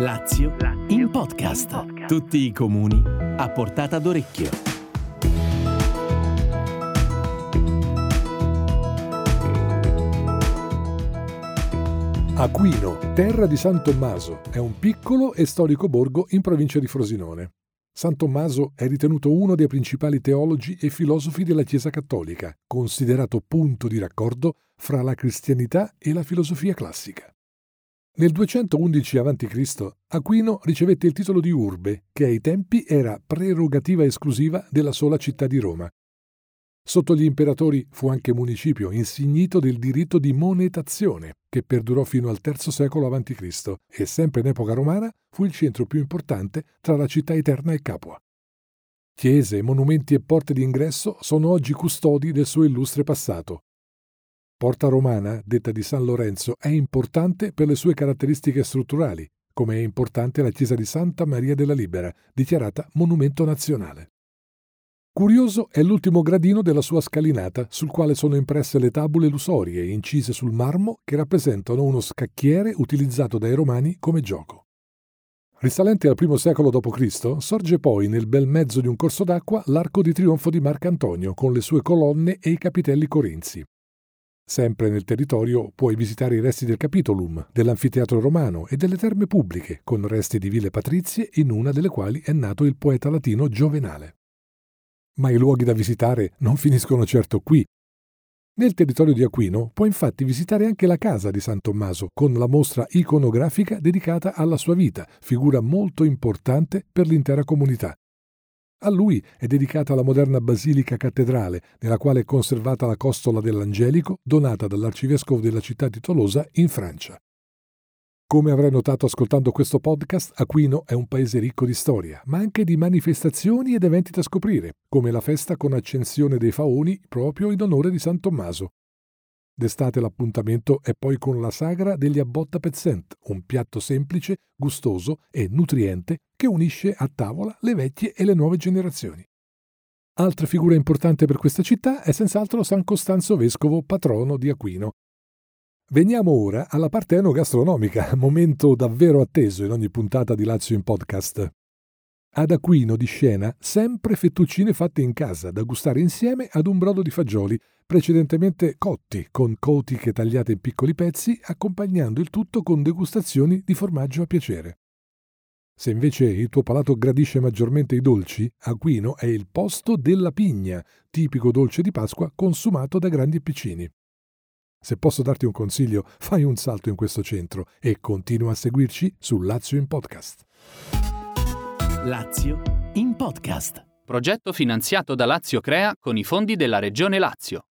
Lazio in podcast. Tutti i comuni a portata d'orecchio. Aquino, terra di San Tommaso, è un piccolo e storico borgo in provincia di Frosinone. San Tommaso è ritenuto uno dei principali teologi e filosofi della Chiesa cattolica, considerato punto di raccordo fra la cristianità e la filosofia classica. Nel 211 a.C. Aquino ricevette il titolo di urbe, che ai tempi era prerogativa esclusiva della sola città di Roma. Sotto gli imperatori fu anche municipio insignito del diritto di monetazione, che perdurò fino al III secolo a.C. e sempre in epoca romana fu il centro più importante tra la città eterna e Capua. Chiese, monumenti e porte d'ingresso sono oggi custodi del suo illustre passato. Porta Romana, detta di San Lorenzo, è importante per le sue caratteristiche strutturali, come è importante la chiesa di Santa Maria della Libera, dichiarata monumento nazionale. Curioso è l'ultimo gradino della sua scalinata, sul quale sono impresse le tabule lussorie incise sul marmo che rappresentano uno scacchiere utilizzato dai Romani come gioco. Risalente al I secolo d.C., sorge poi nel bel mezzo di un corso d'acqua l'arco di trionfo di Marcantonio con le sue colonne e i capitelli corinzi. Sempre nel territorio puoi visitare i resti del Capitolum, dell'anfiteatro romano e delle terme pubbliche, con resti di ville patrizie in una delle quali è nato il poeta latino Giovenale. Ma i luoghi da visitare non finiscono certo qui. Nel territorio di Aquino puoi infatti visitare anche la casa di San Tommaso, con la mostra iconografica dedicata alla sua vita, figura molto importante per l'intera comunità. A lui è dedicata la moderna basilica cattedrale, nella quale è conservata la costola dell'Angelico, donata dall'arcivescovo della città di Tolosa in Francia. Come avrai notato ascoltando questo podcast, Aquino è un paese ricco di storia, ma anche di manifestazioni ed eventi da scoprire, come la festa con accensione dei faoni proprio in onore di San Tommaso. D'estate l'appuntamento è poi con la sagra degli abbotta pezzent, un piatto semplice, gustoso e nutriente che unisce a tavola le vecchie e le nuove generazioni. Altra figura importante per questa città è senz'altro San Costanzo Vescovo, patrono di Aquino. Veniamo ora alla parte enogastronomica, momento davvero atteso in ogni puntata di Lazio in podcast. Ad Aquino di scena sempre fettuccine fatte in casa, da gustare insieme ad un brodo di fagioli, precedentemente cotti, con cotiche tagliate in piccoli pezzi, accompagnando il tutto con degustazioni di formaggio a piacere. Se invece il tuo palato gradisce maggiormente i dolci, Aquino è il posto della pigna, tipico dolce di Pasqua consumato da grandi e piccini. Se posso darti un consiglio, fai un salto in questo centro e continua a seguirci su Lazio in podcast. Lazio in podcast. Progetto finanziato da Lazio Crea con i fondi della Regione Lazio.